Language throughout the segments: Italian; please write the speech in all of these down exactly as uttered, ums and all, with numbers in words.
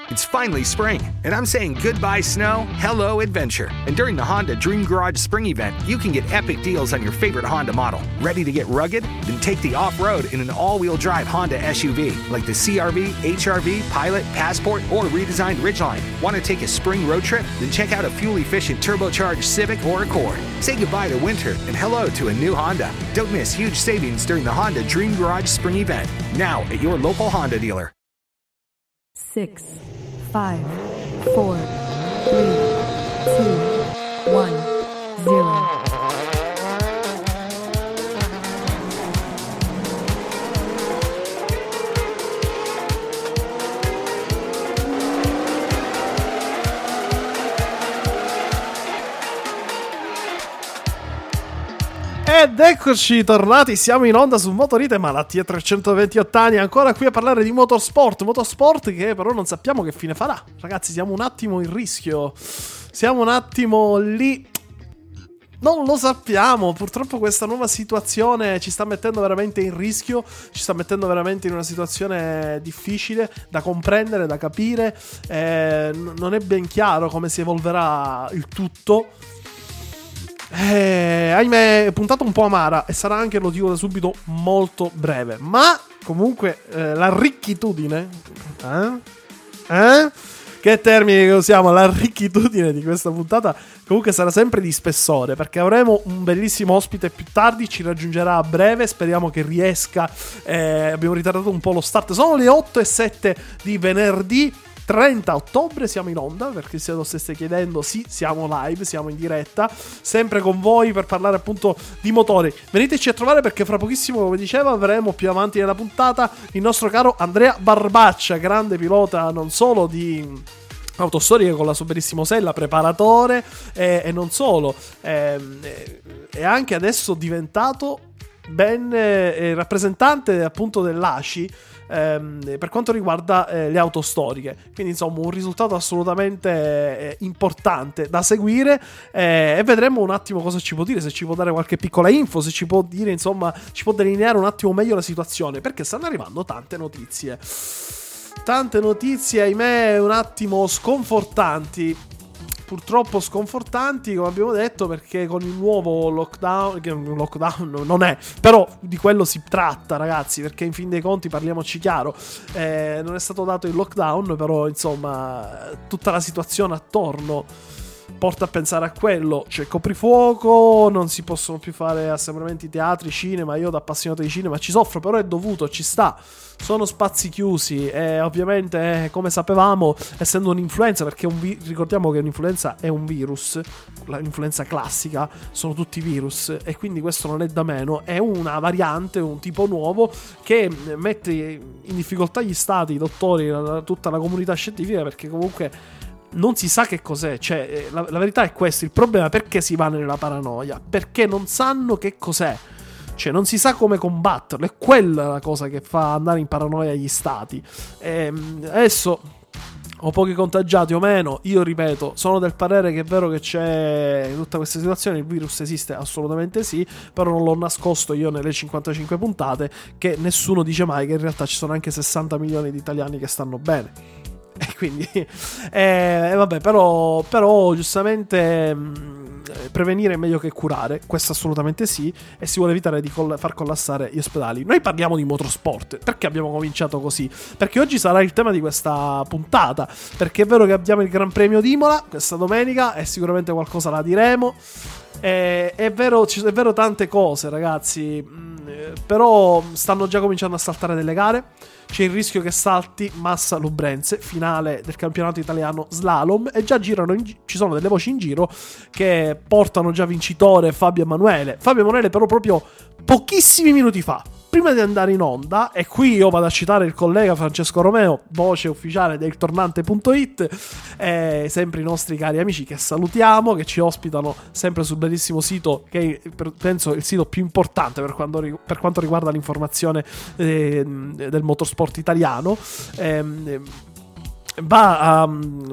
It's finally spring, and I'm saying goodbye snow, hello adventure. And during the Honda Dream Garage Spring Event, you can get epic deals on your favorite Honda model. Ready to get rugged? Then take the off-road in an all-wheel drive Honda S U V, like the C R V, H R V, Pilot, Passport, or redesigned Ridgeline. Want to take a spring road trip? Then check out a fuel-efficient turbocharged Civic or Accord. Say goodbye to winter and hello to a new Honda. Don't miss huge savings during the Honda Dream Garage Spring Event, now at your local Honda dealer. Six. Five, four, three, two, one, zero. Ed eccoci tornati, siamo in onda su Motorite Malattie trecentoventotto anni, ancora qui a parlare di motorsport, motorsport che però non sappiamo che fine farà. Ragazzi, siamo un attimo in rischio, siamo un attimo lì, non lo sappiamo. Purtroppo questa nuova situazione ci sta mettendo veramente in rischio, ci sta mettendo veramente in una situazione difficile da comprendere, da capire, eh, n- non è ben chiaro come si evolverà il tutto. Eh, ahimè, puntata un po' amara, e sarà anche, lo dico da subito, molto breve. Ma comunque eh, l'arricchitudine eh? Eh? Che termine che usiamo? L'arricchitudine di questa puntata comunque sarà sempre di spessore, perché avremo un bellissimo ospite più tardi, ci raggiungerà a breve, speriamo che riesca. eh, Abbiamo ritardato un po' lo start. Sono le otto e sette di venerdì trenta ottobre, siamo in onda, perché se lo stesse chiedendo, sì, siamo live, siamo in diretta, sempre con voi per parlare appunto di motori. Veniteci a trovare, perché fra pochissimo, come dicevo, avremo più avanti nella puntata il nostro caro Andrea Barbaccia, grande pilota non solo di autostoriche con la sua bellissima Sella, preparatore e, e non solo, è anche adesso diventato ben eh, rappresentante appunto dell'A C I ehm, per quanto riguarda eh, le auto storiche. Quindi insomma un risultato assolutamente eh, importante da seguire, eh, e vedremo un attimo cosa ci può dire, se ci può dare qualche piccola info, se ci può dire, insomma, ci può delineare un attimo meglio la situazione, perché stanno arrivando tante notizie tante notizie ahimè un attimo sconfortanti, purtroppo sconfortanti, come abbiamo detto, perché con il nuovo lockdown, che un lockdown non è, però di quello si tratta, ragazzi, perché in fin dei conti, parliamoci chiaro, eh, non è stato dato il lockdown, però insomma tutta la situazione attorno porta a pensare a quello. C'è coprifuoco, non si possono più fare assembramenti, teatri, cinema. Io da appassionato di cinema ci soffro, però è dovuto, ci sta. Sono spazi chiusi e ovviamente, eh, come sapevamo, essendo un'influenza, perché un vi- ricordiamo che un'influenza è un virus, l'influenza classica sono tutti virus, e quindi questo non è da meno, è una variante, un tipo nuovo che mette in difficoltà gli stati, i dottori, la, tutta la comunità scientifica, perché comunque non si sa che cos'è. Cioè, la, la verità è questa. Il problema è perché si va nella paranoia, perché non sanno che cos'è, cioè non si sa come combatterlo. È quella la cosa che fa andare in paranoia gli stati. E adesso o pochi contagiati o meno, io ripeto, sono del parere che è vero che c'è in tutta questa situazione, il virus esiste assolutamente sì, però non l'ho nascosto io nelle cinquantacinque puntate, che nessuno dice mai che in realtà ci sono anche sessanta milioni di italiani che stanno bene. E quindi eh, vabbè, però, però giustamente mh, prevenire è meglio che curare, questo assolutamente sì, e si vuole evitare di coll- far collassare gli ospedali. Noi parliamo di motorsport, perché abbiamo cominciato così? Perché oggi sarà il tema di questa puntata, perché è vero che abbiamo il Gran Premio di Imola questa domenica e sicuramente qualcosa la diremo. Eh, è vero, ci, è vero tante cose, ragazzi, mh, però stanno già cominciando a saltare delle gare. C'è il rischio che salti Massa Lubrense, finale del campionato italiano slalom, e già girano in gi- ci sono delle voci in giro che portano già vincitore Fabio Emanuele. Fabio Emanuele però proprio pochissimi minuti fa, prima di andare in onda, e qui io vado a citare il collega Francesco Romeo, voce ufficiale del tornante punto it, eh, sempre i nostri cari amici che salutiamo, che ci ospitano sempre sul bellissimo sito, che è, penso, il sito più importante per quanto, per quanto riguarda l'informazione eh, del motorsport italiano. Eh, va a,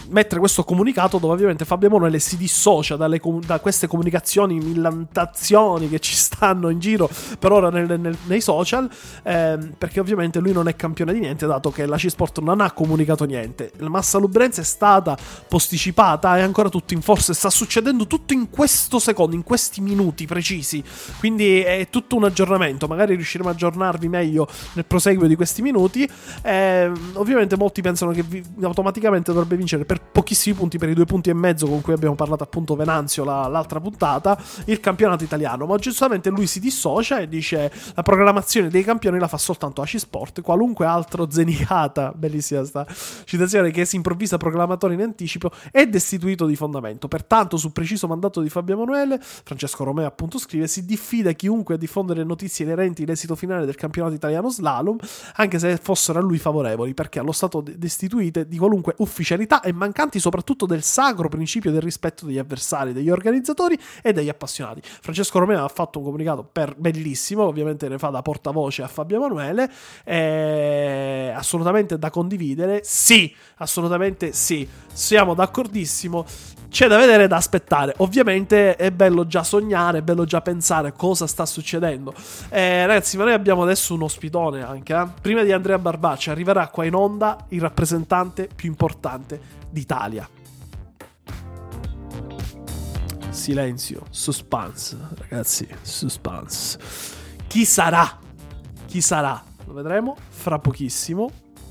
mettere questo comunicato dove ovviamente Fabio Emanuele si dissocia dalle com- da queste comunicazioni, millantazioni che ci stanno in giro per ora nel, nel, nei social, ehm, perché ovviamente lui non è campione di niente, dato che la C-Sport non ha comunicato niente. La Massa Lubrense è stata posticipata, è ancora tutto in forza, sta succedendo tutto in questo secondo, in questi minuti precisi, quindi è tutto un aggiornamento. Magari riusciremo a aggiornarvi meglio nel proseguio di questi minuti. Eh, ovviamente molti pensano che vi, automaticamente dovrebbe vincere per pochissimi punti, per i due punti e mezzo con cui abbiamo parlato appunto Venanzio la, l'altra puntata, il campionato italiano, ma giustamente lui si dissocia e dice la programmazione dei campioni la fa soltanto A C Sport, qualunque altro zenicata, bellissima sta citazione, che si improvvisa proclamatore in anticipo è destituito di fondamento. Pertanto, su preciso mandato di Fabio Emanuele, Francesco Romeo appunto scrive: si diffida chiunque a diffondere notizie inerenti all'esito finale del campionato italiano slalom, anche se fossero a lui favorevoli, perché allo stato destituite di qualunque ufficialità e mancanti soprattutto del sacro principio del rispetto degli avversari, degli organizzatori e degli appassionati. Francesco Romeo ha fatto un comunicato per bellissimo, ovviamente ne fa da portavoce a Fabio Emanuele, è assolutamente da condividere, sì, assolutamente sì, siamo d'accordissimo. C'è da vedere e da aspettare. Ovviamente è bello già sognare, è bello già pensare cosa sta succedendo. Eh, ragazzi, ma noi abbiamo adesso un ospitone anche. Eh? Prima di Andrea Barbaccia arriverà qua in onda il rappresentante più importante d'Italia. Silenzio, suspense, ragazzi, suspense. Chi sarà? Chi sarà? Lo vedremo fra pochissimo.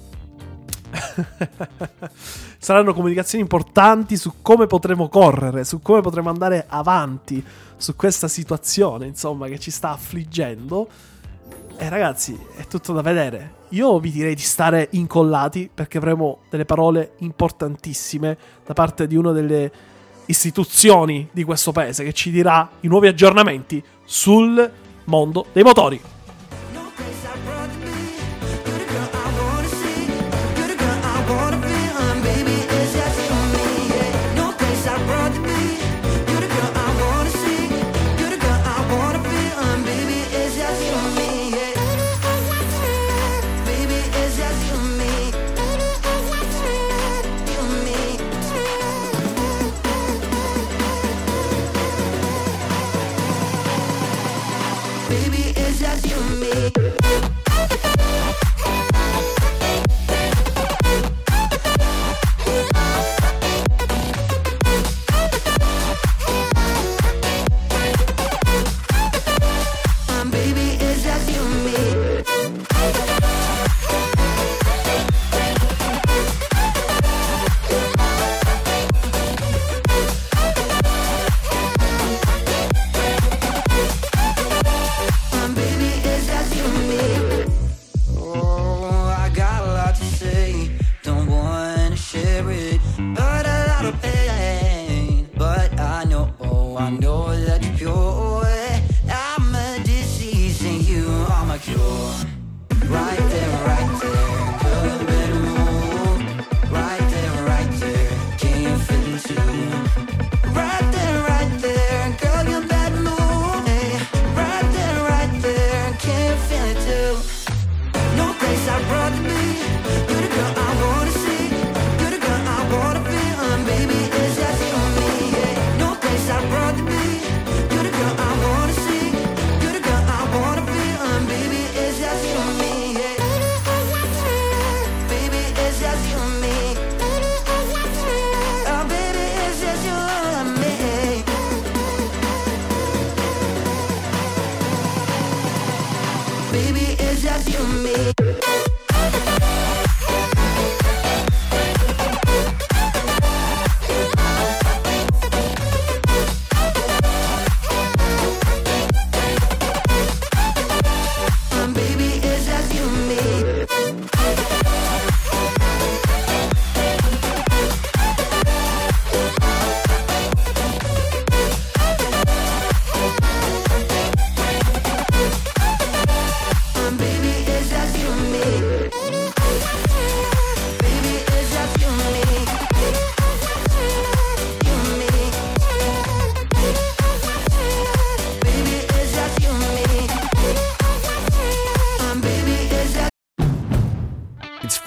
Saranno comunicazioni importanti su come potremo correre, su come potremo andare avanti su questa situazione, insomma, che ci sta affliggendo. E ragazzi, è tutto da vedere. Io vi direi di stare incollati, perché avremo delle parole importantissime da parte di una delle istituzioni di questo paese che ci dirà i nuovi aggiornamenti sul mondo dei motori. Baby, it's just you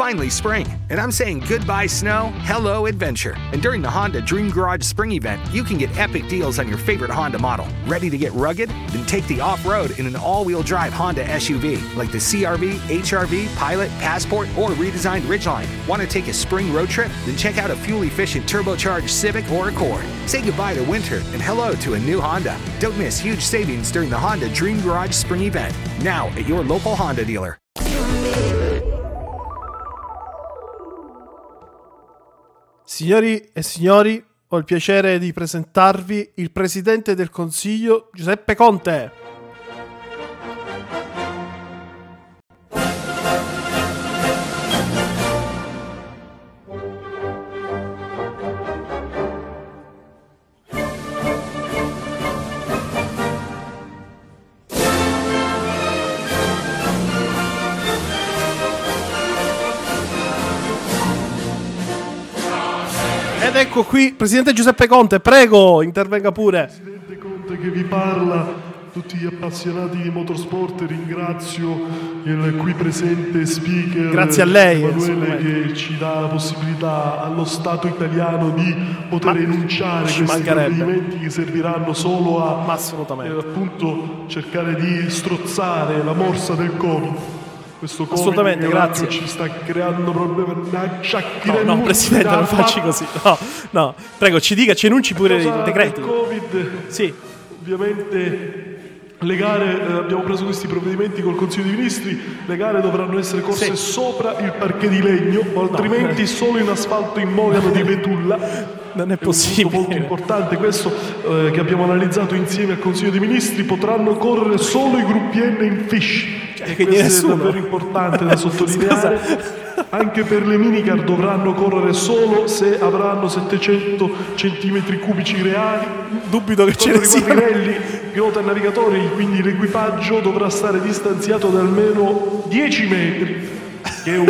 finally spring, and I'm saying goodbye snow, hello adventure. And during the Honda Dream Garage Spring Event, you can get epic deals on your favorite Honda model. Ready to get rugged? Then take the off-road in an all-wheel drive Honda S U V, like the C R V, H R V, Pilot, Passport, or redesigned Ridgeline. Want to take a spring road trip? Then check out a fuel-efficient turbocharged Civic or Accord. Say goodbye to winter and hello to a new Honda. Don't miss huge savings during the Honda Dream Garage Spring Event. Now at your local Honda dealer. Signori e signori, ho il piacere di presentarvi il Presidente del Consiglio Giuseppe Conte. Ed ecco qui, Presidente Giuseppe Conte, prego, intervenga pure. Presidente Conte che vi parla, tutti gli appassionati di motorsport, ringrazio il qui presente speaker. Grazie a lei, Emanuele, che ci dà la possibilità allo Stato italiano di poter Ma enunciare questi mancherebbe. provvedimenti che serviranno solo a Ma assolutamente. eh, appunto cercare di strozzare la morsa del Covid. Questo Covid Assolutamente, che grazie. ci sta creando problemi. No, no, Presidente, non facci così. No, no, prego, ci dica, ci enunci pure i decreti. Il Covid, Sì. ovviamente le gare, eh, abbiamo preso questi provvedimenti col Consiglio dei Ministri, le gare dovranno essere corse Sì. sopra il parquet di legno, o altrimenti solo in asfalto in mogano di betulla. Non è È un punto molto possibile. importante questo, eh, che abbiamo analizzato insieme al Consiglio dei Ministri. Potranno correre solo i gruppi N in fish, e quindi questo nessuno. è davvero importante da sottolineare. Anche per le minicar dovranno correre solo se avranno settecento centimetri cubici reali. Dubito che ce Quanto ne riguarda i siano. rally, pilota e navigatori, quindi l'equipaggio dovrà stare distanziato da almeno dieci metri, che è un-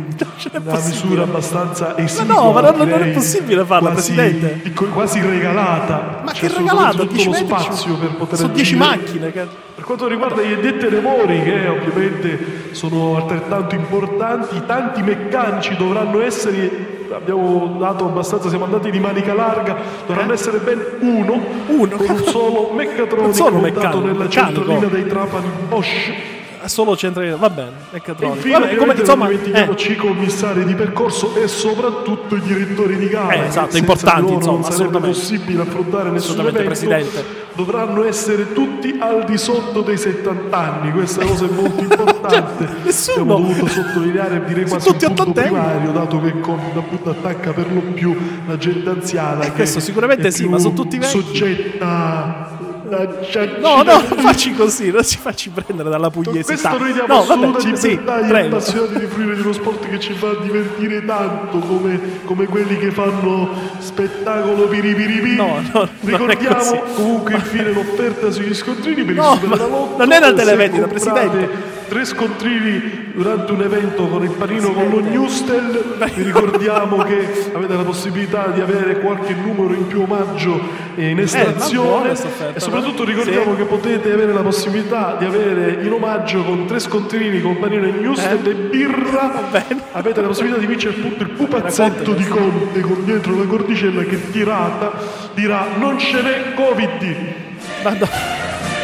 è una possibile. misura abbastanza esigua. no, ma non- non è direi, possibile farla, quasi, Presidente. picco- quasi regalata. Ma C'è che regalato? assolutamente dieci tutto lo metri? spazio per poter Sono dieci agire. macchine. Che... Per quanto riguarda gli addetti ai lavori, che ovviamente sono altrettanto importanti, tanti meccanici dovranno essere, abbiamo dato abbastanza, siamo andati di manica larga, dovranno essere ben uno, Uno? con un solo meccatronico Non solo montato meccanico, nella meccanico. centralina dei trapani Bosch. Solo centralino, va bene, E meccatronico. infine, Vabbè, come, ovviamente, insomma, non eh, dimentichiamoci i commissari di percorso e soprattutto i direttori di gara. Eh, che esatto, senza importanti, di loro insomma, non sarebbe assolutamente. possibile affrontare nessun Assolutamente, evento. Presidente. Dovranno essere tutti al di sotto dei settanta anni, questa cosa è molto importante. Cioè, nessuno. Abbiamo dovuto sottolineare, direi Sono quasi un tutti punto ottantenni. primario, dato che con appunto attacca per lo più la gente anziana. Eh, che questo sicuramente è sì, più ma sono tutti vecchi. soggetta a No, no, non facci così, non ci facci prendere dalla Con pugliesità. questo noi diamo No, assoluta vabbè, ci- sì, libertà agli prego. appassionati di fruire di uno sport che ci fa divertire tanto, come, come quelli che fanno spettacolo piripiripi. No, no, non è Ricordiamo così. comunque infine l'offerta sugli scontrini per No, il Super ma Enalotto. non è una Se televendita, comprate Presidente. Tre scontrini durante un evento con il panino con lo Newstel. Vi ricordiamo che avete la possibilità di avere qualche numero in più omaggio eh, in ma estrazione, buona questa offerta, e soprattutto no? ricordiamo Sì. che potete avere la possibilità di avere in omaggio con tre scontrini con panino e Newstel Eh. e birra. bene. Avete la possibilità di vincere appunto il pupazzetto di Conte con dietro la cordicella che tirata dirà non ce n'è Covid. Madonna.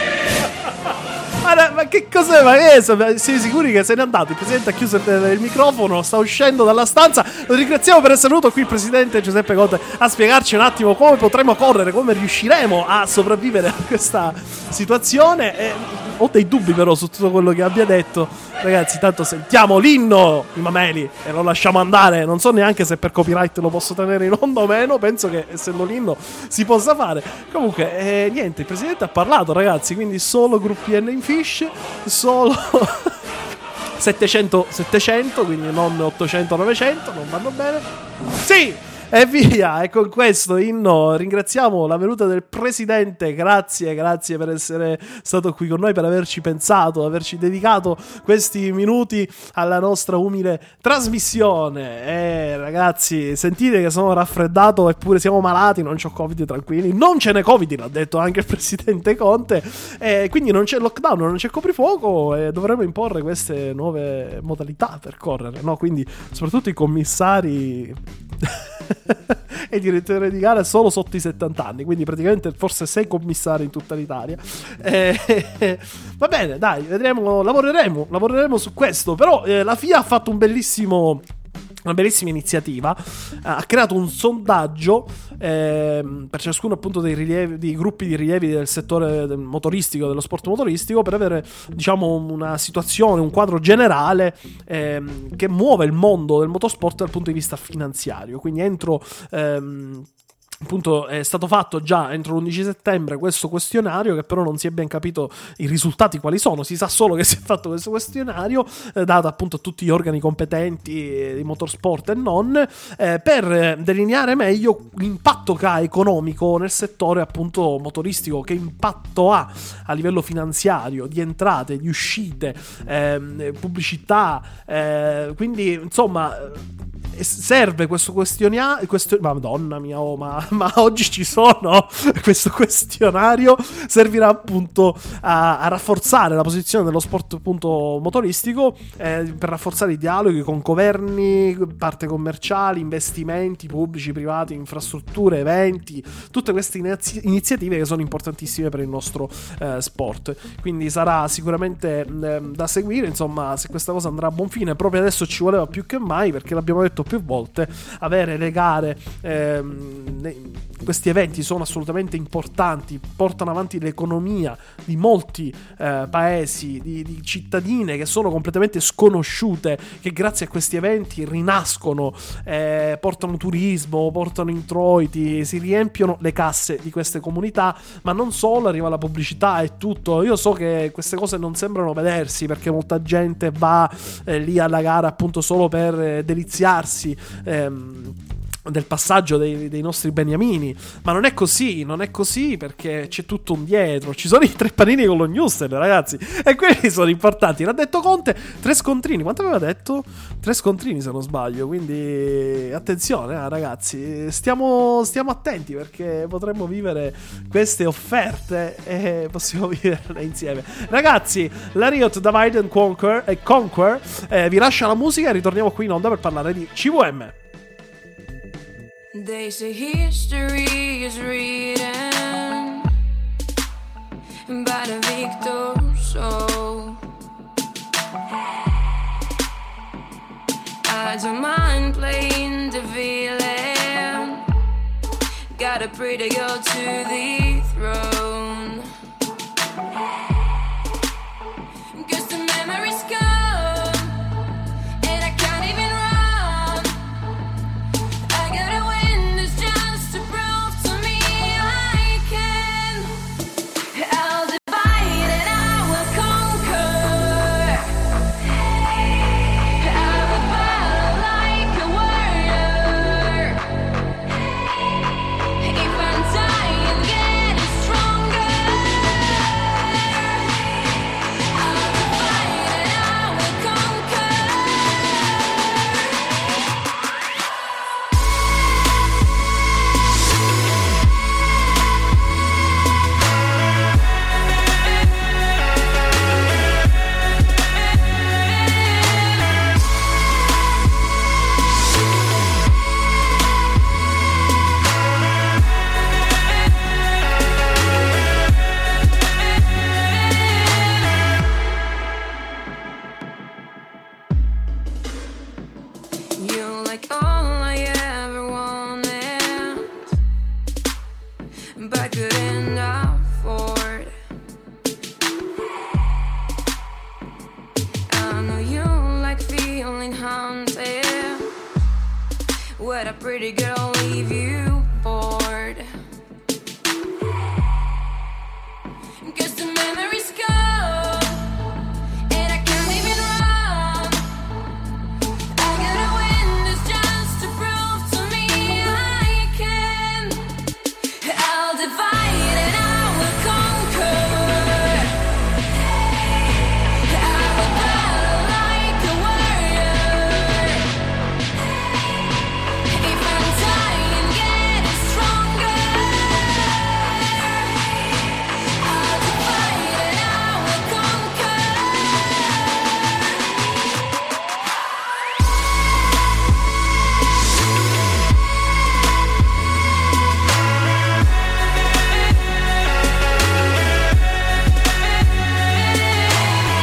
Ma, ma che cos'è? Ma che è? Siete sicuri che se n'è andato? Il Presidente ha chiuso il, il microfono, sta uscendo dalla stanza. Lo ringraziamo per essere venuto qui il Presidente Giuseppe Conte a spiegarci un attimo come potremo correre, come riusciremo a sopravvivere a questa situazione. E ho dei dubbi però su tutto quello che abbia detto. Ragazzi, tanto sentiamo l'inno di Mameli e lo lasciamo andare. Non so neanche se per copyright lo posso tenere in onda o meno. Penso che essendo l'inno si possa fare. Comunque, eh, niente, il Presidente ha parlato, ragazzi. Quindi solo gruppi N in fish, solo settecento settecento, quindi non ottocento novecento, non vanno bene. Sì! E via, e con questo inno ringraziamo la venuta del presidente. Grazie, grazie per essere stato qui con noi, per averci pensato, averci dedicato questi minuti alla nostra umile trasmissione. E ragazzi, sentite che sono raffreddato, eppure siamo malati, non c'ho Covid, tranquilli. Non ce n'è Covid, l'ha detto anche il presidente Conte. E quindi non c'è lockdown, non c'è coprifuoco, e dovremo imporre queste nuove modalità per correre, no? Quindi soprattutto i commissari e i direttori di gara solo sotto i settanta anni, quindi praticamente forse sei commissari in tutta l'Italia. Eh, va bene, dai, vedremo, lavoreremo, lavoreremo su questo. Però eh, la F I A ha fatto un bellissimo una bellissima iniziativa, ha creato un sondaggio eh, per ciascuno appunto dei rilievi, dei gruppi di rilievi del settore del motoristico, dello sport motoristico, per avere, diciamo, una situazione, un quadro generale eh, che muove il mondo del motorsport dal punto di vista finanziario. Quindi entro ehm, appunto è stato fatto già entro l'undici settembre questo questionario, che però non si è ben capito i risultati quali sono. Si sa solo che si è fatto questo questionario eh, dato appunto a tutti gli organi competenti eh, di motorsport e non, eh, per delineare meglio l'impatto che ha economico nel settore appunto motoristico, che impatto ha a livello finanziario, di entrate, di uscite, eh, pubblicità, eh, quindi insomma serve questo questionario, questo, madonna mia, oh, ma, ma oggi ci sono. Questo questionario servirà appunto a, a rafforzare la posizione dello sport appunto motoristico, eh, per rafforzare i dialoghi con governi, parte commerciali, investimenti pubblici, privati, infrastrutture, eventi, tutte queste inizi- iniziative che sono importantissime per il nostro eh, sport. Quindi sarà sicuramente eh, da seguire, insomma, se questa cosa andrà a buon fine. Proprio adesso ci voleva più che mai, perché l'abbiamo detto più volte, avere le gare, ehm, questi eventi sono assolutamente importanti, portano avanti l'economia di molti eh, paesi, di, di cittadine che sono completamente sconosciute, che grazie a questi eventi rinascono, eh, portano turismo, portano introiti, si riempiono le casse di queste comunità. Ma non solo, arriva la pubblicità e tutto. Io so che queste cose non sembrano vedersi, perché molta gente va eh, lì alla gara appunto solo per eh, deliziarsi ehm, del passaggio dei, dei nostri beniamini, ma non è così, non è così, perché c'è tutto un dietro. Ci sono i tre panini con lo Newstel, ragazzi, e quelli sono importanti. L'ha detto Conte, tre scontrini, quanto aveva detto? Tre scontrini se non sbaglio, quindi attenzione eh, ragazzi, stiamo, stiamo attenti, perché potremmo vivere queste offerte e possiamo viverle insieme. Ragazzi, la Riot Divide and Conquer, e Conquer eh, vi lascia la musica e ritorniamo qui in onda per parlare di C V M. They say history is written by the victor, so I don't mind playing the villain. Got a pretty girl to the throne, 'cause the memories come and I can't even run. I gotta win this chance to prove to me I can. I'll divide and I will conquer. I will battle like a warrior. If I'm dying, getting stronger. I'll divide and I will conquer. You're like all I ever wanted, but couldn't afford. I know you like feeling haunted. What a pretty girl leave you bored. 'Cause the memories go and I can't even run. I gotta win this chance to prove to me I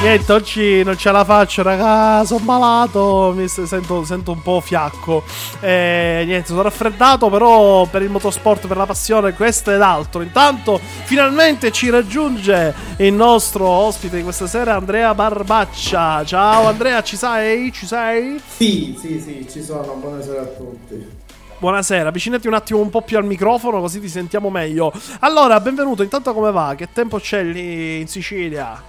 niente, oggi non ce la faccio, raga, sono malato, mi s- sento, sento un po' fiacco. E niente, sono raffreddato, però per il motorsport, per la passione, questo ed altro. Intanto, finalmente ci raggiunge il nostro ospite di questa sera, Andrea Barbaccia. Ciao Andrea, ci sei? Ci sei? Sì, sì, sì, ci sono, buonasera a tutti. Buonasera, avvicinati un attimo un po' più al microfono così ti sentiamo meglio. Allora, benvenuto, intanto come va? Che tempo c'è lì in Sicilia?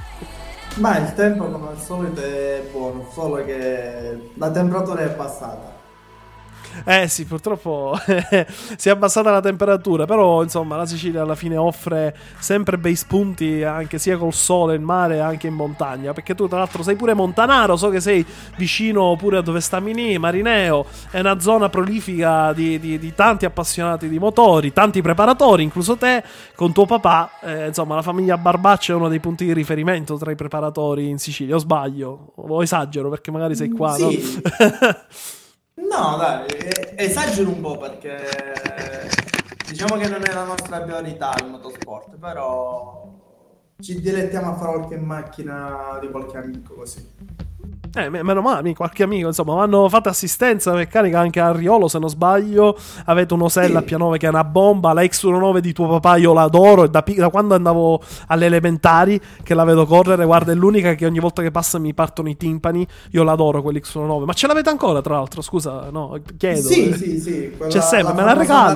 Ma il tempo come al solito è buono, solo che la temperatura è abbassata. Eh sì, purtroppo si è abbassata la temperatura, però insomma la Sicilia alla fine offre sempre bei spunti anche sia col sole in mare anche in montagna, perché tu tra l'altro sei pure montanaro, so che sei vicino pure a dove sta Minì, Marineo, è una zona prolifica di, di, di tanti appassionati di motori, tanti preparatori, incluso te con tuo papà, eh, insomma la famiglia Barbaccia è uno dei punti di riferimento tra i preparatori in Sicilia, o sbaglio? O esagero perché magari sei qua, Sì. no? No, dai, eh, esagero un po' perché diciamo che non è la nostra priorità il motorsport, però ci dilettiamo a fare qualche macchina di qualche amico così. Eh, me- meno male, qualche amico, insomma, mi hanno fatto assistenza meccanica anche a Riolo, se non sbaglio. Avete un Osella a Pianove che è una bomba, la X diciannove di tuo papà io la adoro, e da, pi- da quando andavo alle elementari che la vedo correre, guarda, è l'unica che ogni volta che passa mi partono i timpani, io l'adoro quell'X diciannove. Ma ce l'avete ancora, tra l'altro, scusa, no, chiedo. Sì, sì, sì. Quella, C'è sempre, me la famosa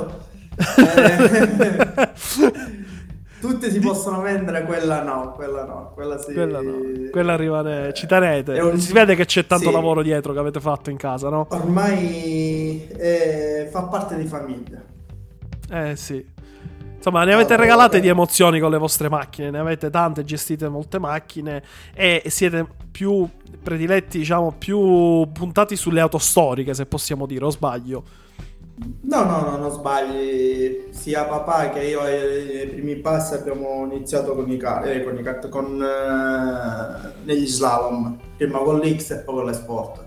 regali? Taranto. Eh, tutte si possono vendere, quella no, quella no, quella sì. Quella no, quella rimane, ci tenete. È un- Si vede che c'è tanto sì. lavoro dietro che avete fatto in casa, no? Ormai eh, fa parte di famiglia. Eh sì. Insomma, ne avete Allora, regalate eh. di emozioni con le vostre macchine, ne avete tante, gestite molte macchine e siete più prediletti, diciamo, più puntati sulle auto storiche, se possiamo dire, o sbaglio? No, no, no, non sbagli. Sia papà che io ai primi passi abbiamo iniziato con i kart, eh, con i kart, con eh, negli slalom, prima con l'X e poi con le sport.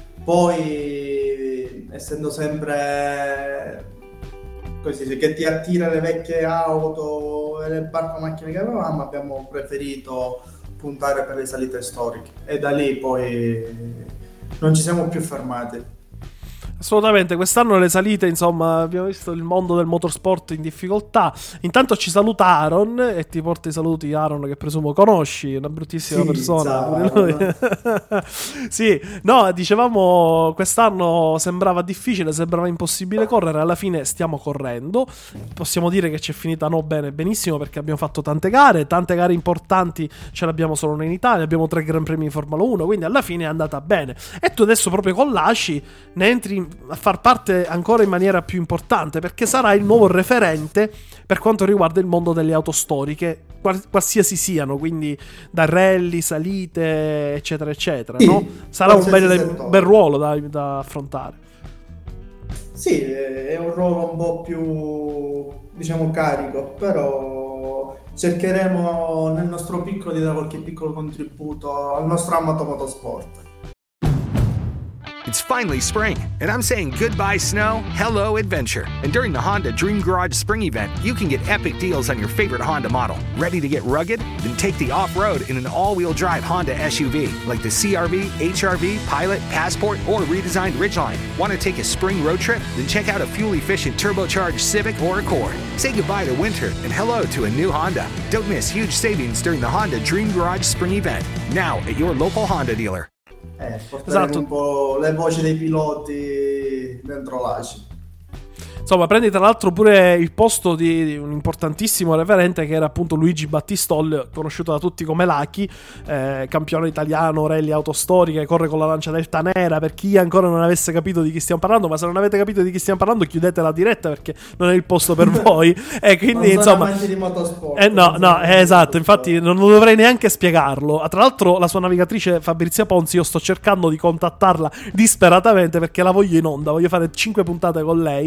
Poi, essendo sempre così, che ti attira le vecchie auto e le parco macchine che avevamo, abbiamo preferito puntare per le salite storiche e da lì poi non ci siamo più fermati. Assolutamente, quest'anno le salite, insomma, abbiamo visto il mondo del motorsport in difficoltà. Intanto ci saluta Aaron e ti porta i saluti, Aaron, che presumo conosci, una bruttissima Sì, persona. ciao, pure lui. Sì, no, dicevamo quest'anno sembrava difficile, sembrava impossibile correre, alla fine stiamo correndo. Possiamo dire che c'è finita no bene, benissimo, perché abbiamo fatto tante gare, tante gare importanti ce l'abbiamo solo noi in Italia, abbiamo tre Gran Premi in Formula uno, quindi alla fine è andata bene. E tu adesso proprio con l'Asci ne entri a far parte ancora in maniera più importante, perché sarà il nuovo referente per quanto riguarda il mondo delle auto storiche, qual- qualsiasi siano, quindi da rally, salite, eccetera eccetera, Sì, no? Sarà un qualsiasi bel, settore. bel ruolo da, da affrontare. Sì, è un ruolo un po' più, diciamo, carico, però cercheremo nel nostro piccolo di dare qualche piccolo contributo al nostro amato motorsport. It's finally spring, and I'm saying goodbye snow, hello adventure. And during the Honda Dream Garage Spring Event, you can get epic deals on your favorite Honda model. Ready to get rugged? Then take the off-road in an all-wheel drive Honda S U V, like the C R V, H R V, Pilot, Passport, or redesigned Ridgeline. Want to take a spring road trip? Then check out a fuel-efficient turbocharged Civic or Accord. Say goodbye to winter and hello to a new Honda. Don't miss huge savings during the Honda Dream Garage Spring Event, now at your local Honda dealer. Eh, porteremo Esatto. un po' le voci dei piloti dentro l'Aci. Insomma, prendi tra l'altro pure il posto di, di un importantissimo referente che era appunto Luigi Battistol, conosciuto da tutti come Lucky, eh, campione italiano, rally autostoriche, corre con la Lancia Delta Nera. Per chi ancora non avesse capito di chi stiamo parlando, ma se non avete capito di chi stiamo parlando, chiudete la diretta perché non è il posto per voi. E quindi, Non sono insomma, amanti di motorsport. eh, no, non sono no, amanti eh, di esatto, motorsport. infatti non dovrei neanche spiegarlo. Ah, tra l'altro la sua navigatrice Fabrizia Ponzi, io sto cercando di contattarla disperatamente perché la voglio in onda, voglio fare cinque puntate con lei perché la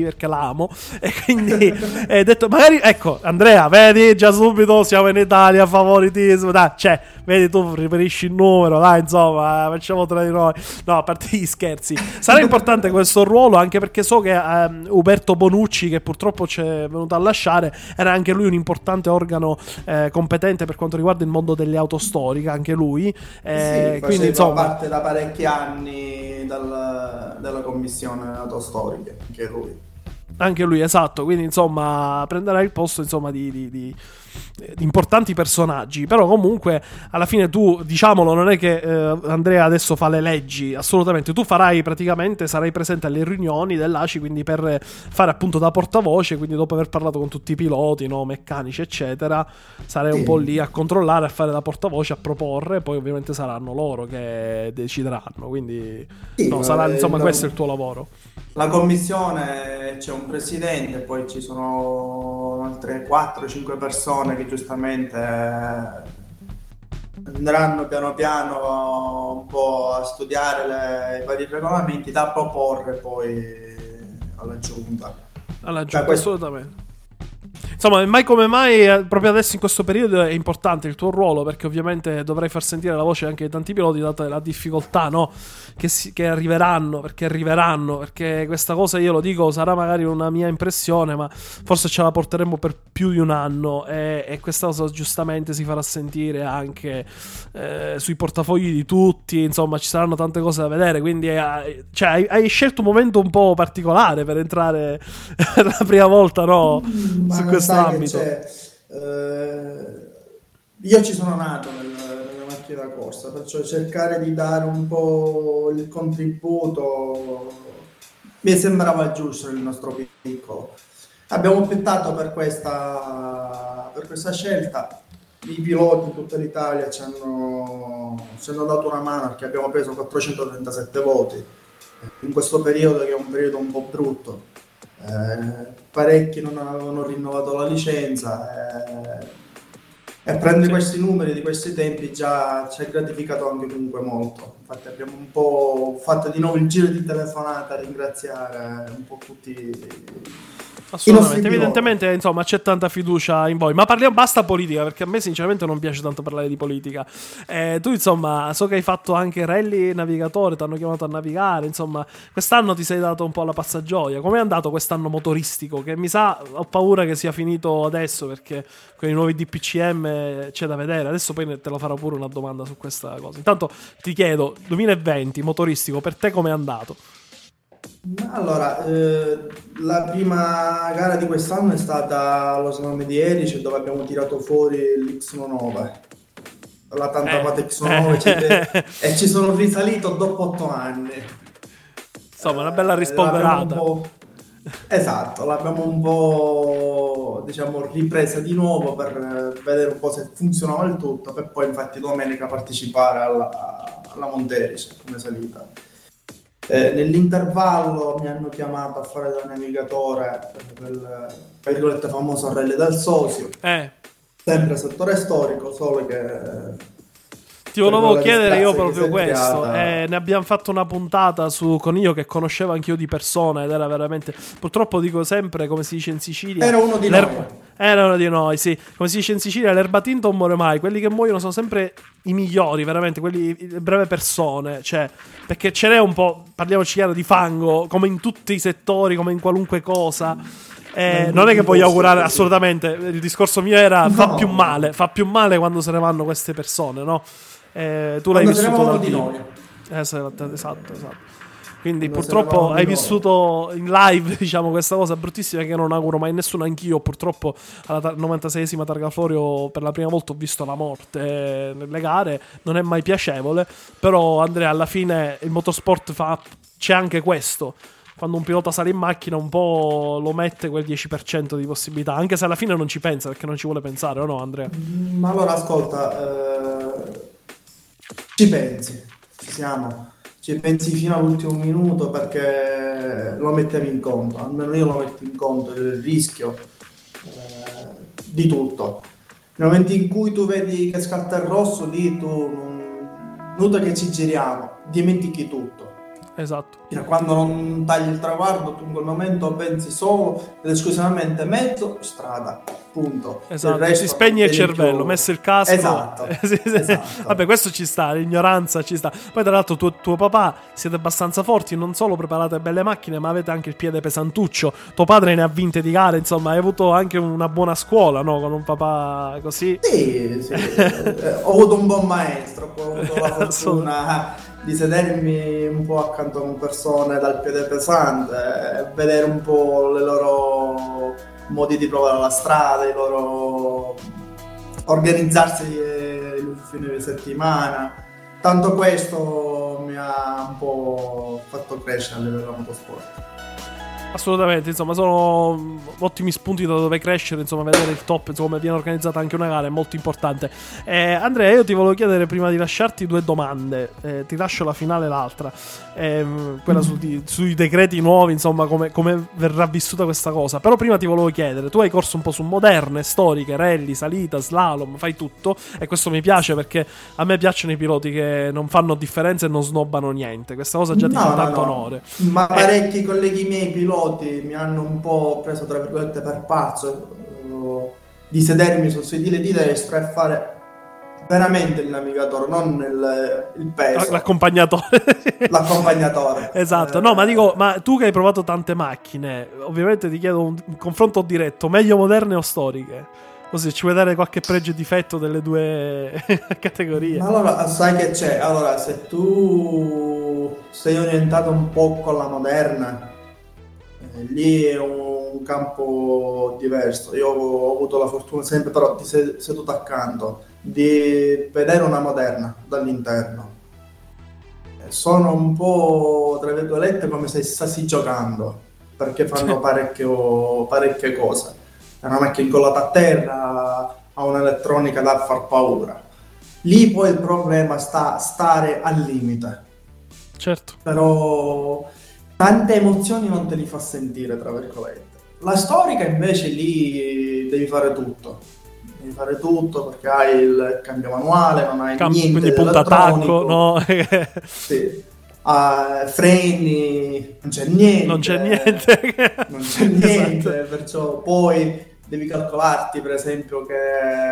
facciamo. E quindi hai detto, magari, ecco, Andrea, vedi, già subito siamo in Italia, favoritismo, dai, cioè, vedi, tu riferisci il numero, dai, insomma, facciamo tra di noi. No, a parte gli scherzi, sarà importante questo ruolo, anche perché so che um, Uberto Bonucci, che purtroppo ci è venuto a lasciare, era anche lui un importante organo eh, competente per quanto riguarda il mondo delle auto storiche, anche lui. Eh, sì, quindi insomma, parte da parecchi anni dal, dalla commissione autostoriche, anche lui. Anche lui, esatto, quindi insomma prenderà il posto insomma di, di, di, di importanti personaggi. Però comunque alla fine tu, diciamolo, non è che eh, Andrea adesso fa le leggi, assolutamente. Tu farai praticamente, sarai presente alle riunioni dell'A C I, quindi per fare appunto da portavoce, quindi dopo aver parlato con tutti i piloti, no, meccanici eccetera, sarai sì. un po' lì a controllare, a fare da portavoce, a proporre. Poi ovviamente saranno loro che decideranno, quindi sì, no, sarà, eh, insomma la, questo è il tuo lavoro. La commissione, c'è un presidente, poi ci sono altre quattro cinque persone che giustamente andranno piano piano un po' a studiare le, i vari regolamenti da proporre poi alla giunta. Alla giunta, questo... assolutamente. Insomma, mai come mai, eh, proprio adesso in questo periodo è importante il tuo ruolo, perché ovviamente dovrai far sentire la voce anche di tanti piloti, data la difficoltà, no? Che, si, che arriveranno, perché arriveranno, perché questa cosa, io lo dico, sarà magari una mia impressione, ma forse ce la porteremo per più di un anno, e, e questa cosa giustamente si farà sentire anche eh, sui portafogli di tutti. Insomma, ci saranno tante cose da vedere, quindi eh, cioè, hai, hai scelto un momento un po' particolare per entrare per la prima volta, no? Ma Su non questo sai che ambito. c'è, eh, io ci sono nato nel, nella macchina da corsa, perciò cercare di dare un po' il contributo mi sembrava giusto nel nostro piccolo. Abbiamo optato per questa, per questa scelta. I piloti in tutta l'Italia ci hanno, ci hanno dato una mano, perché abbiamo preso quattrocentotrentasette voti in questo periodo, che è un periodo un po' brutto. Eh, parecchi non avevano rinnovato la licenza, eh, e prendere Sì. questi numeri di questi tempi già ci ha gratificato anche comunque molto. Infatti abbiamo un po' fatto di nuovo il giro di telefonata a ringraziare un po' tutti. Assolutamente, evidentemente insomma c'è tanta fiducia in voi. Ma parliamo, basta politica, perché a me sinceramente non piace tanto parlare di politica. eh, Tu insomma, so che hai fatto anche rally navigatore, ti hanno chiamato a navigare, insomma quest'anno ti sei dato un po' alla passagioia. Com'è andato quest'anno motoristico? Che mi sa, ho paura che sia finito adesso, perché con i nuovi D P C M c'è da vedere. Adesso poi te lo farò pure una domanda su questa cosa. Intanto ti chiedo, duemilaventi motoristico, per te com'è andato? Allora, eh, la prima gara di quest'anno è stata allo Slalom di Erice, dove abbiamo tirato fuori l'X nove, la tanta amata X nove, Eh. e ci sono risalito dopo otto anni. Insomma, una bella Eh, rispolverata. l'abbiamo un po'- Esatto, l'abbiamo un po', diciamo, ripresa di nuovo per eh, vedere un po' se funzionava il tutto, per poi infatti domenica partecipare alla, alla Monterice come salita. Eh, nell'intervallo mi hanno chiamato a fare da navigatore per il per il famoso Rally del Sosio, Eh, sempre settore storico, solo che ti volevo per quella chiedere io disgrazia che proprio si è questo. creata- Eh, ne abbiamo fatto una puntata su con io, che conoscevo anch'io di persona, ed era veramente, purtroppo dico sempre, come si dice in Sicilia, Era uno di l'erba- noi. Era uno di noi, sì. Come si dice in Sicilia, l'erba tinta non muore mai. Quelli che muoiono sono sempre i migliori, veramente, quelli, le brave persone. Cioè, perché ce n'è un po', parliamoci chiaro, di fango, come in tutti i settori, come in qualunque cosa. Eh, Ma non è che in voglio tutti i augurare, posti, sì. assolutamente. Il discorso mio era: fa No. più male, fa più male quando se ne vanno queste persone, no? Eh, tu l'hai Quando se ne vissuto vanno dal di vivo. noi. Esatto, esatto, esatto. Quindi Quando se ne purtroppo vanno di hai noi. vissuto in live, diciamo, questa cosa bruttissima che non auguro mai a nessuno. Anch'io purtroppo alla ta- novantaseiesima Targa Florio per la prima volta ho visto la morte nelle gare. Non è mai piacevole, però Andrea, alla fine il motorsport fa, c'è anche questo. Quando un pilota sale in macchina un po' lo mette quel dieci per cento di possibilità, anche se alla fine non ci pensa, perché non ci vuole pensare, o no Andrea? Ma allora ascolta, eh, ci pensi, ci siamo, ci pensi fino all'ultimo minuto, perché lo mettevi in conto, almeno io lo metto in conto, il rischio eh, di tutto. Nel momento in cui tu vedi che scatta il rosso, lì tu, non, nuda che ci giriamo, dimentichi tutto. Esatto. Cioè, quando non tagli il traguardo, tu in quel momento pensi solo ed esclusivamente mezzo, strada, punto. Esatto, Il resto si spegne il non tieni cervello, più- messo il casco. Esatto, Sì, sì. esatto. Vabbè, questo ci sta, l'ignoranza ci sta. Poi tra l'altro tuo, tuo papà siete abbastanza forti, non solo preparate belle macchine, ma avete anche il piede pesantuccio. Tuo padre ne ha vinte di gare, insomma, hai avuto anche una buona scuola, no? Con un papà così. Sì, sì. Eh, ho avuto un buon maestro, poi ho avuto la Assolutamente. fortuna di sedermi un po' accanto a persone dal piede pesante e vedere un po' le loro modi di provare la strada, i loro organizzarsi eh, il fine di settimana. Tanto questo mi ha un po' fatto crescere a livello motorsport. Assolutamente, insomma, sono ottimi spunti da dove crescere, insomma, vedere il top, insomma, come viene organizzata anche una gara è molto importante. Eh, Andrea, io ti volevo chiedere prima di lasciarti due domande, eh, ti lascio la finale e l'altra, ehm, quella su di- sui decreti nuovi, insomma, come, come verrà vissuta questa cosa. Però prima ti volevo chiedere, tu hai corso un po' su moderne, storiche, rally, salita, slalom, fai tutto, e questo mi piace perché a me piacciono i piloti che non fanno differenze e non snobbano niente, questa cosa già ti fa tanto onore. Ma parecchi colleghi miei piloti mi hanno un po' preso tra virgolette per pazzo eh, di sedermi sul sedile di destra e fare veramente il navigatore, non il, il peso, L'accompagnatore. l'accompagnatore. Esatto, Eh, no, ma dico, ma tu che hai provato tante macchine, ovviamente ti chiedo un, un confronto diretto, meglio moderne o storiche? Così ci vuoi dare qualche pregio e difetto delle due categorie? Ma allora, sai che c'è? Allora, se tu sei orientato un po' con la moderna, eh, lì è un campo diverso. Io ho avuto la fortuna sempre, però, di sed- seduto accanto, di vedere una moderna dall'interno. Eh, Sono un po', tra virgolette, come se stessi giocando, perché fanno parecchio, parecchie cose. È una macchina incollata a terra, ha un'elettronica da far paura. Lì poi il problema sta stare al limite, Certo. però tante emozioni non te li fa sentire, tra virgolette. La storica invece lì devi fare tutto, devi fare tutto perché hai il cambio manuale, non hai Cam- niente quindi di punta attacco, elettronico. no? Sì. Ah, freni, non c'è niente. Non c'è niente. Non c'è niente, Esatto. perciò poi devi calcolarti, per esempio, che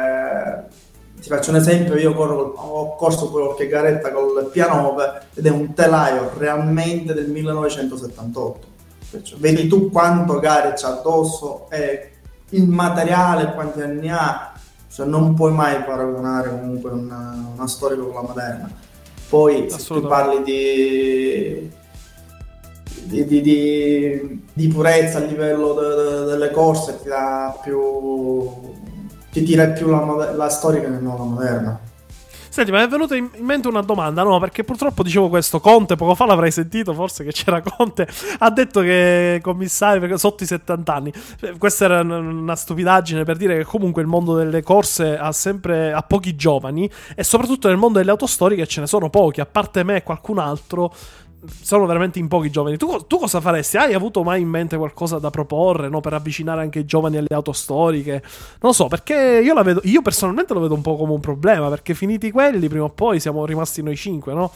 ti faccio un esempio, io corro, col- ho corso poi qualche garetta col P nove ed è un telaio realmente del millenovecentosettantotto. Perciò vedi tu quanto gare c'ha addosso e il materiale quanti anni ha, cioè non puoi mai paragonare comunque una, una storica con la moderna. Poi se tu Assolutamente. parli di di, di, di, di purezza a livello de- de- delle corse ti dà più ti tira più la, moder- la storica che non la moderna. Senti, ma mi è venuta in in mente una domanda, no? Perché purtroppo dicevo questo, Conte, poco fa l'avrai sentito, forse che c'era Conte, ha detto che commissario, perché sotto i settanta anni. Eh, Questa era un- una stupidaggine per dire che comunque il mondo delle corse ha sempre, ha pochi giovani, e soprattutto nel mondo delle autostoriche ce ne sono pochi, a parte me e qualcun altro, sono veramente in pochi giovani. Tu, tu cosa faresti? Hai avuto mai in mente qualcosa da proporre, no? Per avvicinare anche i giovani alle autostoriche? Non lo so, perché io la vedo, io personalmente lo vedo un po' come un problema, perché finiti quelli, prima o poi siamo rimasti noi cinque, no?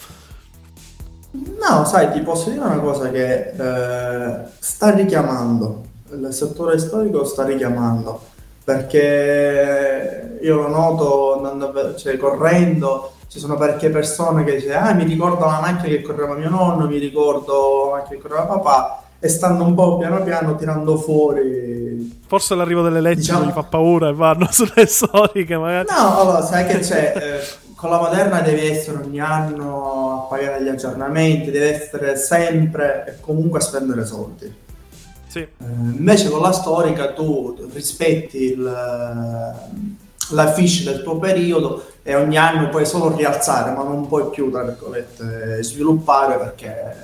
No, sai, ti posso dire una cosa che eh, sta richiamando, il settore storico sta richiamando, perché io lo noto andando a ve- cioè, correndo, ci sono parecchie persone che dicono, ah, mi ricordo la macchina che correva mio nonno, mi ricordo la macchina che correva papà, e stanno un po' piano piano tirando fuori. Forse l'arrivo delle leggi Diciamo- non gli fa paura e vanno sulle storiche, magari. No, allora, sai che c'è? Eh, con la moderna devi essere ogni anno a pagare gli aggiornamenti, devi essere sempre e comunque a spendere soldi. Sì, Eh, invece con la storica tu rispetti il, la fiche del tuo periodo e ogni anno puoi solo rialzare, ma non puoi più, tra virgolette, sviluppare perché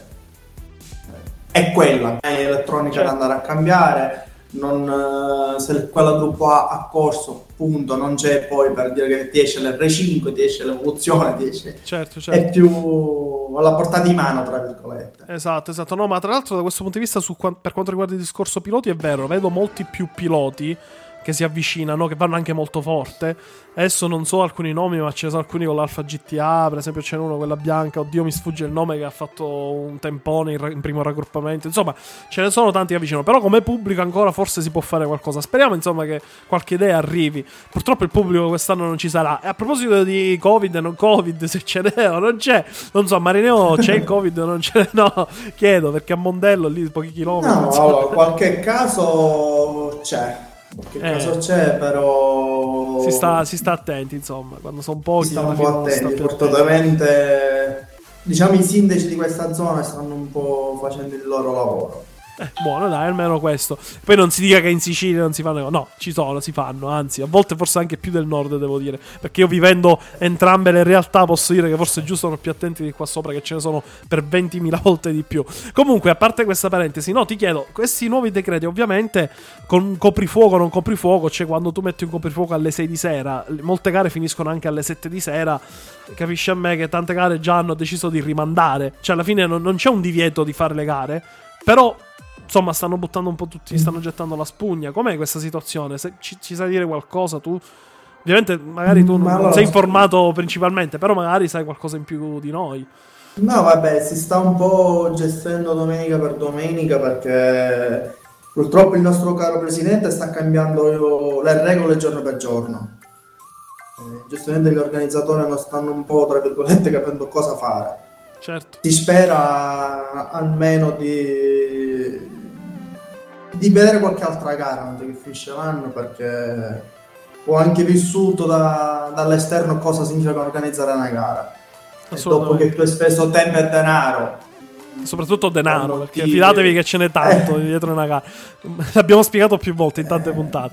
è quella, è elettronica Certo. da andare a cambiare. Non, eh, se quella gruppo A ha corso, punto, non c'è poi per dire che ti esce l'R cinque, ti esce l'evoluzione, ti esce, certo, certo. è più alla portata di mano, tra virgolette. Esatto, esatto. No, ma tra l'altro da questo punto di vista, su qua- per quanto riguarda il discorso piloti, è vero, vedo molti più piloti che si avvicinano, che vanno anche molto forte. Adesso non so alcuni nomi, ma ce ne sono alcuni con l'Alfa G T A, per esempio c'è uno, quella bianca, oddio mi sfugge il nome, che ha fatto un tempone in, ra- in primo raggruppamento. Insomma, ce ne sono tanti che avvicinano, però come pubblico ancora forse si può fare qualcosa. Speriamo insomma che qualche idea arrivi. Purtroppo il pubblico quest'anno non ci sarà. E a proposito di Covid e non Covid, se ce n'è o non c'è, non so, a Marineo c'è il Covid o non c'è? No, chiedo, perché a Mondello lì pochi chilometri. No, insomma. allora, qualche caso c'è. Qualche Eh. caso c'è, però Si sta, si sta attenti, insomma, quando sono pochi. si sta un alla po' fine non sta attenti. più attenti. Fortunatamente, diciamo, i sindaci di questa zona stanno un po' facendo il loro lavoro. Eh, buono, dai, almeno questo. Poi non si dica che in Sicilia non si fanno. No, ci sono, si fanno. Anzi, a volte forse anche più del nord, devo dire. Perché io vivendo entrambe le realtà posso dire che forse giù sono più attenti di qua sopra, che ce ne sono per ventimila volte di più. Comunque, a parte questa parentesi, no, ti chiedo, questi nuovi decreti, ovviamente, con coprifuoco o non coprifuoco, cioè quando tu metti un coprifuoco alle sei di sera, molte gare finiscono anche alle sette di sera. Capisci a me che tante gare già hanno deciso di rimandare. Cioè, alla fine non, non c'è un divieto di fare le gare, però insomma stanno buttando un po' tutti, stanno gettando la spugna. Com'è questa situazione? Se ci, ci sai dire qualcosa tu? Ovviamente magari tu Ma non, allora- non sei informato principalmente, però magari sai qualcosa in più di noi. No, vabbè, si sta un po' gestendo domenica per domenica, perché purtroppo il nostro caro presidente sta cambiando le regole giorno per giorno. Eh, Giustamente gli organizzatori non stanno un po', tra virgolette, capendo cosa fare. Certo. Si spera almeno di, di vedere qualche altra gara mentre che finisce l'anno, perché ho anche vissuto da- dall'esterno cosa significa organizzare una gara. E dopo che tu hai speso tempo e denaro, Soprattutto denaro, Quando perché ti- fidatevi che ce n'è tanto Eh. dietro una gara. L'abbiamo spiegato più volte in tante puntate.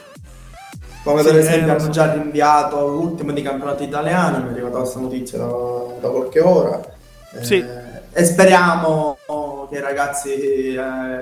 come Sì, per eh, esempio lo hanno so. già rinviato l'ultimo di campionato italiano, mi è arrivata questa notizia da, da qualche ora. Eh, Sì. E speriamo che i ragazzi eh,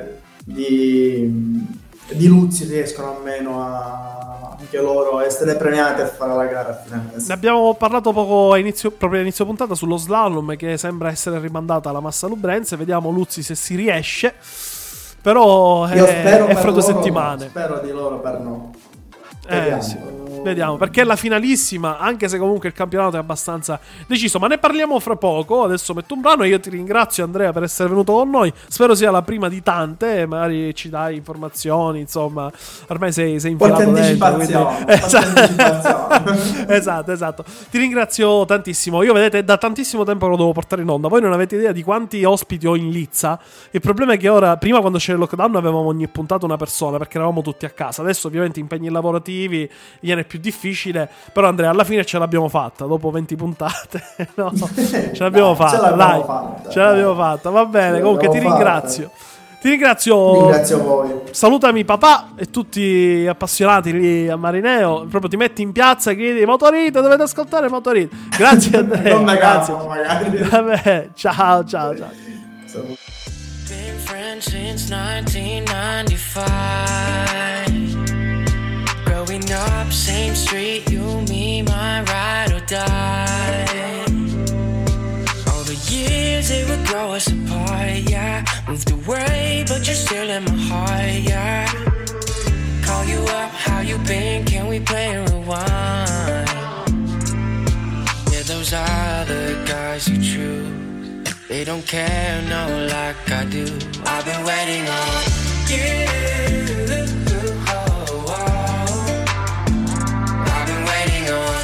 di, di Luzzi riescano almeno a anche loro a essere premiati a fare la gara a fine mese. Ne abbiamo parlato poco a inizio, proprio a inizio puntata sullo slalom, che sembra essere rimandata alla Massa Lubrense. Vediamo Luzzi se si riesce. Però Io è, spero è per fra due loro, settimane. no. Spero di loro per no. Eh, Vediamo. sì. Vediamo, perché è la finalissima, anche se comunque il campionato è abbastanza deciso. Ma ne parliamo fra poco. Adesso metto un brano e io ti ringrazio, Andrea, per essere venuto con noi. Spero sia la prima di tante, magari ci dai informazioni, insomma. Ormai sei, sei Qualche infilato dentro, quindi- anticipazione, qualche Esatto. anticipazione. Esatto, esatto. Ti ringrazio tantissimo. Io, vedete, da tantissimo tempo lo devo portare in onda. Voi non avete idea di quanti ospiti ho in lizza. Il problema è che ora, prima quando c'era il lockdown, avevamo ogni puntata una persona, perché eravamo tutti a casa. Adesso ovviamente impegni lavorativi viene più difficile. Però Andrea, alla fine ce l'abbiamo fatta. Dopo venti puntate, no, ce l'abbiamo Dai, fatta. ce l'abbiamo dai. fatta, Ce l'abbiamo dai. fatta. Va bene. Ce Comunque ti l'abbiamo fatta. ringrazio. Ti ringrazio. Ringrazio voi. Salutami papà e tutti appassionati lì a Marineo. Proprio ti metti in piazza e chiedi Motorito, dovete ascoltare Motorito. Grazie Andrea. Non me Grazie. capo, magari. Vabbè, ciao, ciao, ciao. Been friends since nineteen ninety-five. Growing up, same street, you, me, my ride or die. All the years they would grow us apart, yeah. Moved away, but you're still in my heart, yeah. Call you up, how you been? Can we play a rewind? Yeah, those are the guys you choose. They don't care, no, like I do. I've been waiting on you. Oh, oh. I've been waiting on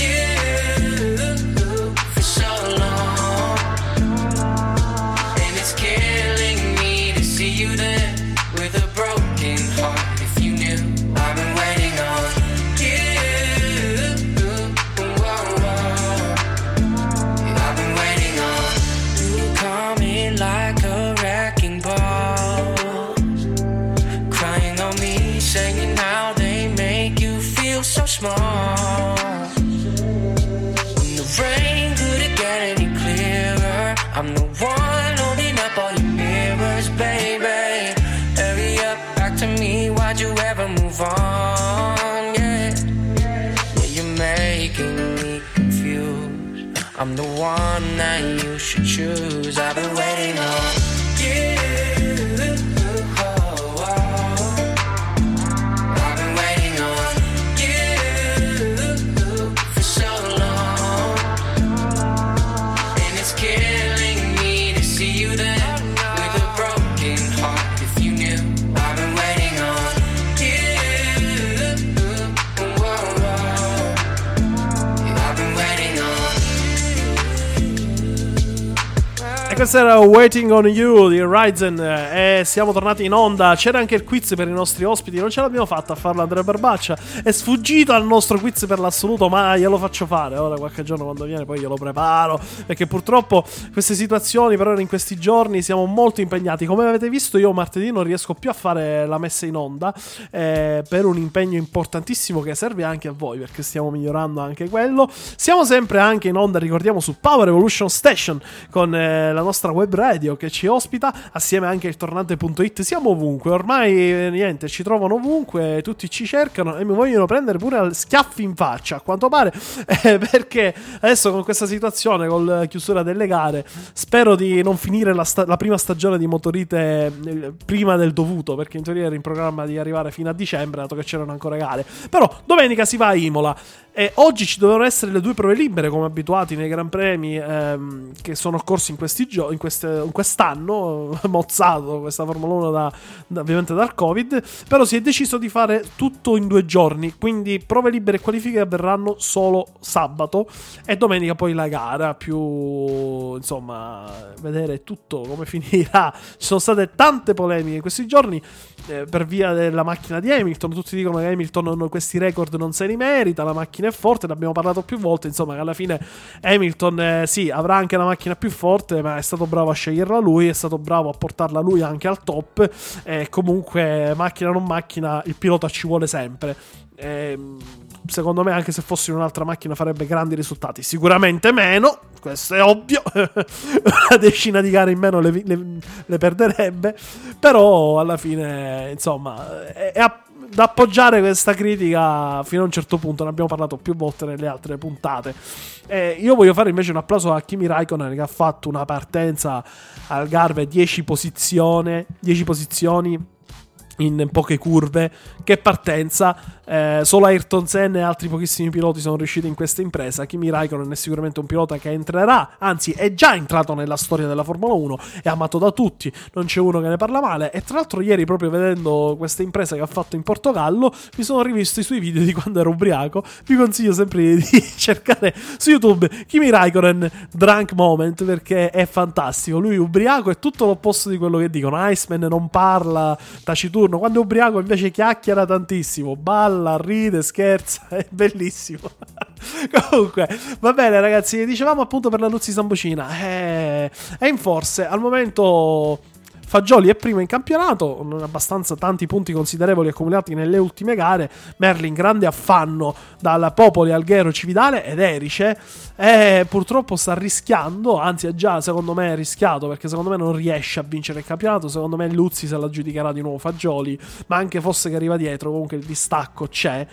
you for so long, and it's killing me to see you there with a broken heart. If you knew, I've been waiting on you. Oh, oh. I've been waiting on you coming like a wrecking ball, crying on me, saying how they make you feel so small. When the rain couldn't get any clearer, I'm the one holding up all your mirrors, baby. Hurry up, back to me, why'd you ever move on? Yeah, yeah, you're making me confused. I'm the one that you should choose. I've been waiting on you. Oh, oh. I've been waiting heart if you knew I've been waiting on you. Whoa, whoa. I've been waiting on. E questo era Waiting on You di Ryzen e siamo tornati in onda. C'era anche il quiz per i nostri ospiti, non ce l'abbiamo fatta a farlo Andrea Barbaccia, è sfuggito al nostro quiz per l'assoluto, ma glielo faccio fare ora qualche giorno quando viene, poi glielo preparo, perché purtroppo queste situazioni per ora in questi giorni siamo molto impegnati. Come avete visto io martedì non riesco più a fare la messa in onda eh, per un impegno importantissimo che serve anche a voi, perché stiamo migliorando anche quello. Siamo sempre anche in onda, ricordiamo, su Power Evolution Station con eh, la nostra web radio che ci ospita, assieme anche il tornante punto it. Siamo ovunque, ormai eh, niente, ci trovano ovunque, tutti ci cercano e mi vogliono prendere pure a schiaffi in faccia, a quanto pare, eh, perché adesso con questa situazione, con la chiusura delle gare, spero di non finire la, sta- la prima stagione di Motorite eh, prima del dovuto, perché in teoria era in programma di arrivare fino a dicembre, dato che c'erano ancora gare. Però domenica si va a Imola e oggi ci dovevano essere le due prove libere come abituati nei Gran Premi ehm, che sono occorsi in questi giorni, in, queste, in quest'anno mozzato questa Formula uno da, da, ovviamente dal Covid, però si è deciso di fare tutto in due giorni, quindi prove libere e qualifiche avverranno solo sabato e domenica poi la gara, più insomma vedere tutto come finirà. Ci sono state tante polemiche in questi giorni eh, per via della macchina di Hamilton, tutti dicono che Hamilton non, questi record non se li merita, la macchina è forte, ne abbiamo parlato più volte, insomma, che alla fine Hamilton eh, sì, avrà anche la macchina più forte, ma è stato bravo a sceglierla lui, è stato bravo a portarla lui anche al top, e comunque macchina non macchina, il pilota ci vuole sempre. E, secondo me anche se fosse in un'altra macchina farebbe grandi risultati, sicuramente meno, questo è ovvio, una decina di gare in meno le, le, le perderebbe, però alla fine insomma è, è a da appoggiare questa critica fino a un certo punto, ne abbiamo parlato più volte nelle altre puntate. Eh, io voglio fare invece un applauso a Kimi Raikkonen, che ha fatto una partenza al Garve, dieci posizioni, dieci posizioni in poche curve. Che partenza, eh, solo Ayrton Senna e altri pochissimi piloti sono riusciti in questa impresa. Kimi Raikkonen è sicuramente un pilota che entrerà, anzi è già entrato nella storia della Formula uno, è amato da tutti, non c'è uno che ne parla male. E tra l'altro ieri, proprio vedendo questa impresa che ha fatto in Portogallo, mi sono rivisto i suoi video di quando ero ubriaco. Vi consiglio sempre di cercare su YouTube Kimi Raikkonen Drunk Moment, perché è fantastico. Lui ubriaco è tutto l'opposto di quello che dicono. Iceman non parla, taciturno, quando è ubriaco invece chiacchiera tantissimo, balla, ride, scherza, è bellissimo. Comunque va bene ragazzi, dicevamo appunto per la Luzzi Sambucina, eh, è in forse al momento. Fagioli è primo in campionato, non abbastanza tanti punti considerevoli accumulati nelle ultime gare. Merlin grande affanno dal Popoli, Alghero, Cividale ed Erice, e purtroppo sta rischiando, anzi è già secondo me rischiato, perché secondo me non riesce a vincere il campionato. Secondo me Luzzi se la giudicherà di nuovo Fagioli, ma anche fosse che arriva dietro comunque il distacco c'è.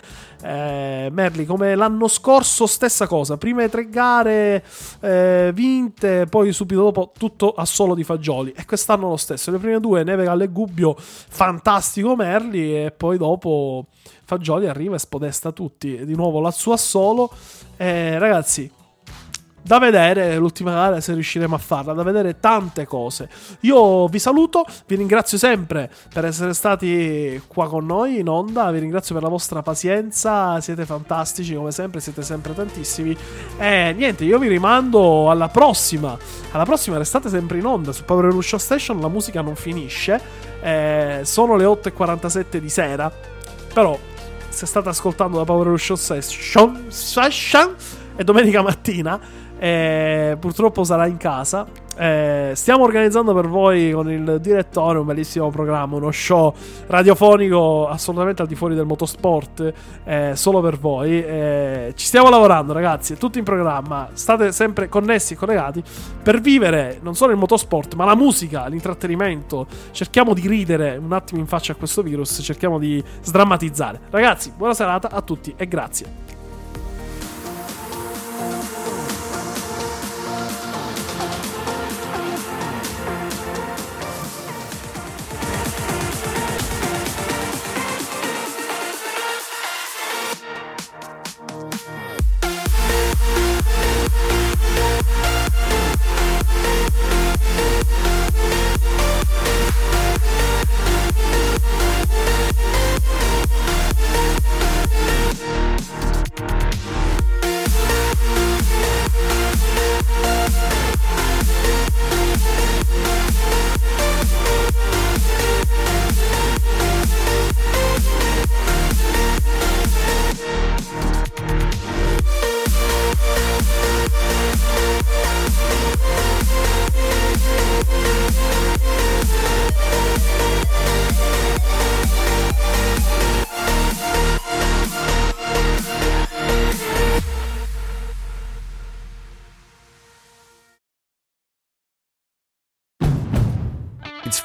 eh, Merlin come l'anno scorso stessa cosa, prime tre gare eh, vinte, poi subito dopo tutto a solo di Fagioli, e quest'anno lo stesso. Le prime due, Nevegal e Gubbio, fantastico Merli, e poi dopo Fagioli arriva e spodesta tutti di nuovo la sua solo. Eh, ragazzi, da vedere l'ultima gara se riusciremo a farla, da vedere tante cose. Io vi saluto, vi ringrazio sempre per essere stati qua con noi in onda, vi ringrazio per la vostra pazienza, siete fantastici come sempre, siete sempre tantissimi. E niente, io vi rimando alla prossima. Alla prossima, restate sempre in onda su Power Evolution Station, la musica non finisce. Eh, sono le otto e quarantasette di sera, però se state ascoltando da Power Evolution Station, Station è domenica mattina. Eh, purtroppo sarà in casa. eh, Stiamo organizzando per voi con il direttore un bellissimo programma, uno show radiofonico assolutamente al di fuori del motorsport, eh, solo per voi. eh, Ci stiamo lavorando ragazzi, è tutto in programma. State sempre connessi e collegati per vivere non solo il motorsport ma la musica, l'intrattenimento. Cerchiamo di ridere un attimo in faccia a questo virus, cerchiamo di sdrammatizzare. Ragazzi, buona serata a tutti e grazie.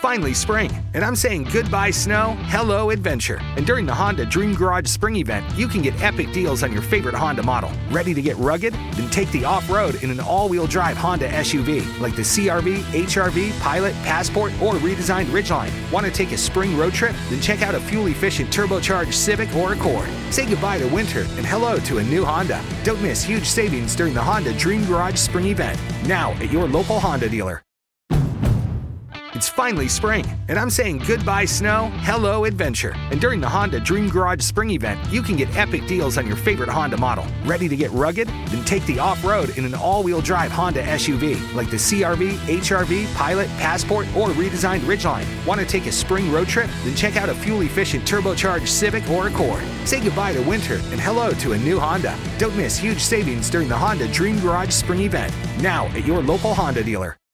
finally spring, and I'm saying goodbye snow, hello adventure. And during the Honda Dream Garage Spring Event, you can get epic deals on your favorite Honda model. Ready to get rugged? Then take the off-road in an all-wheel drive Honda S U V like the C R V, H R V, Pilot, Passport, or redesigned Ridgeline. Want to take a spring road trip? Then check out a fuel-efficient turbocharged Civic or Accord. Say goodbye to winter and hello to a new Honda. Don't miss huge savings during the Honda Dream Garage Spring Event. Now at your local Honda dealer. It's finally spring, and I'm saying goodbye snow, hello adventure. And during the Honda Dream Garage Spring Event, you can get epic deals on your favorite Honda model. Ready to get rugged? Then take the off-road in an all-wheel drive Honda S U V like the C R V, H R V, Pilot, Passport, or redesigned Ridgeline. Want to take a spring road trip? Then check out a fuel-efficient turbocharged Civic or Accord. Say goodbye to winter and hello to a new Honda. Don't miss huge savings during the Honda Dream Garage Spring Event. Now at your local Honda dealer.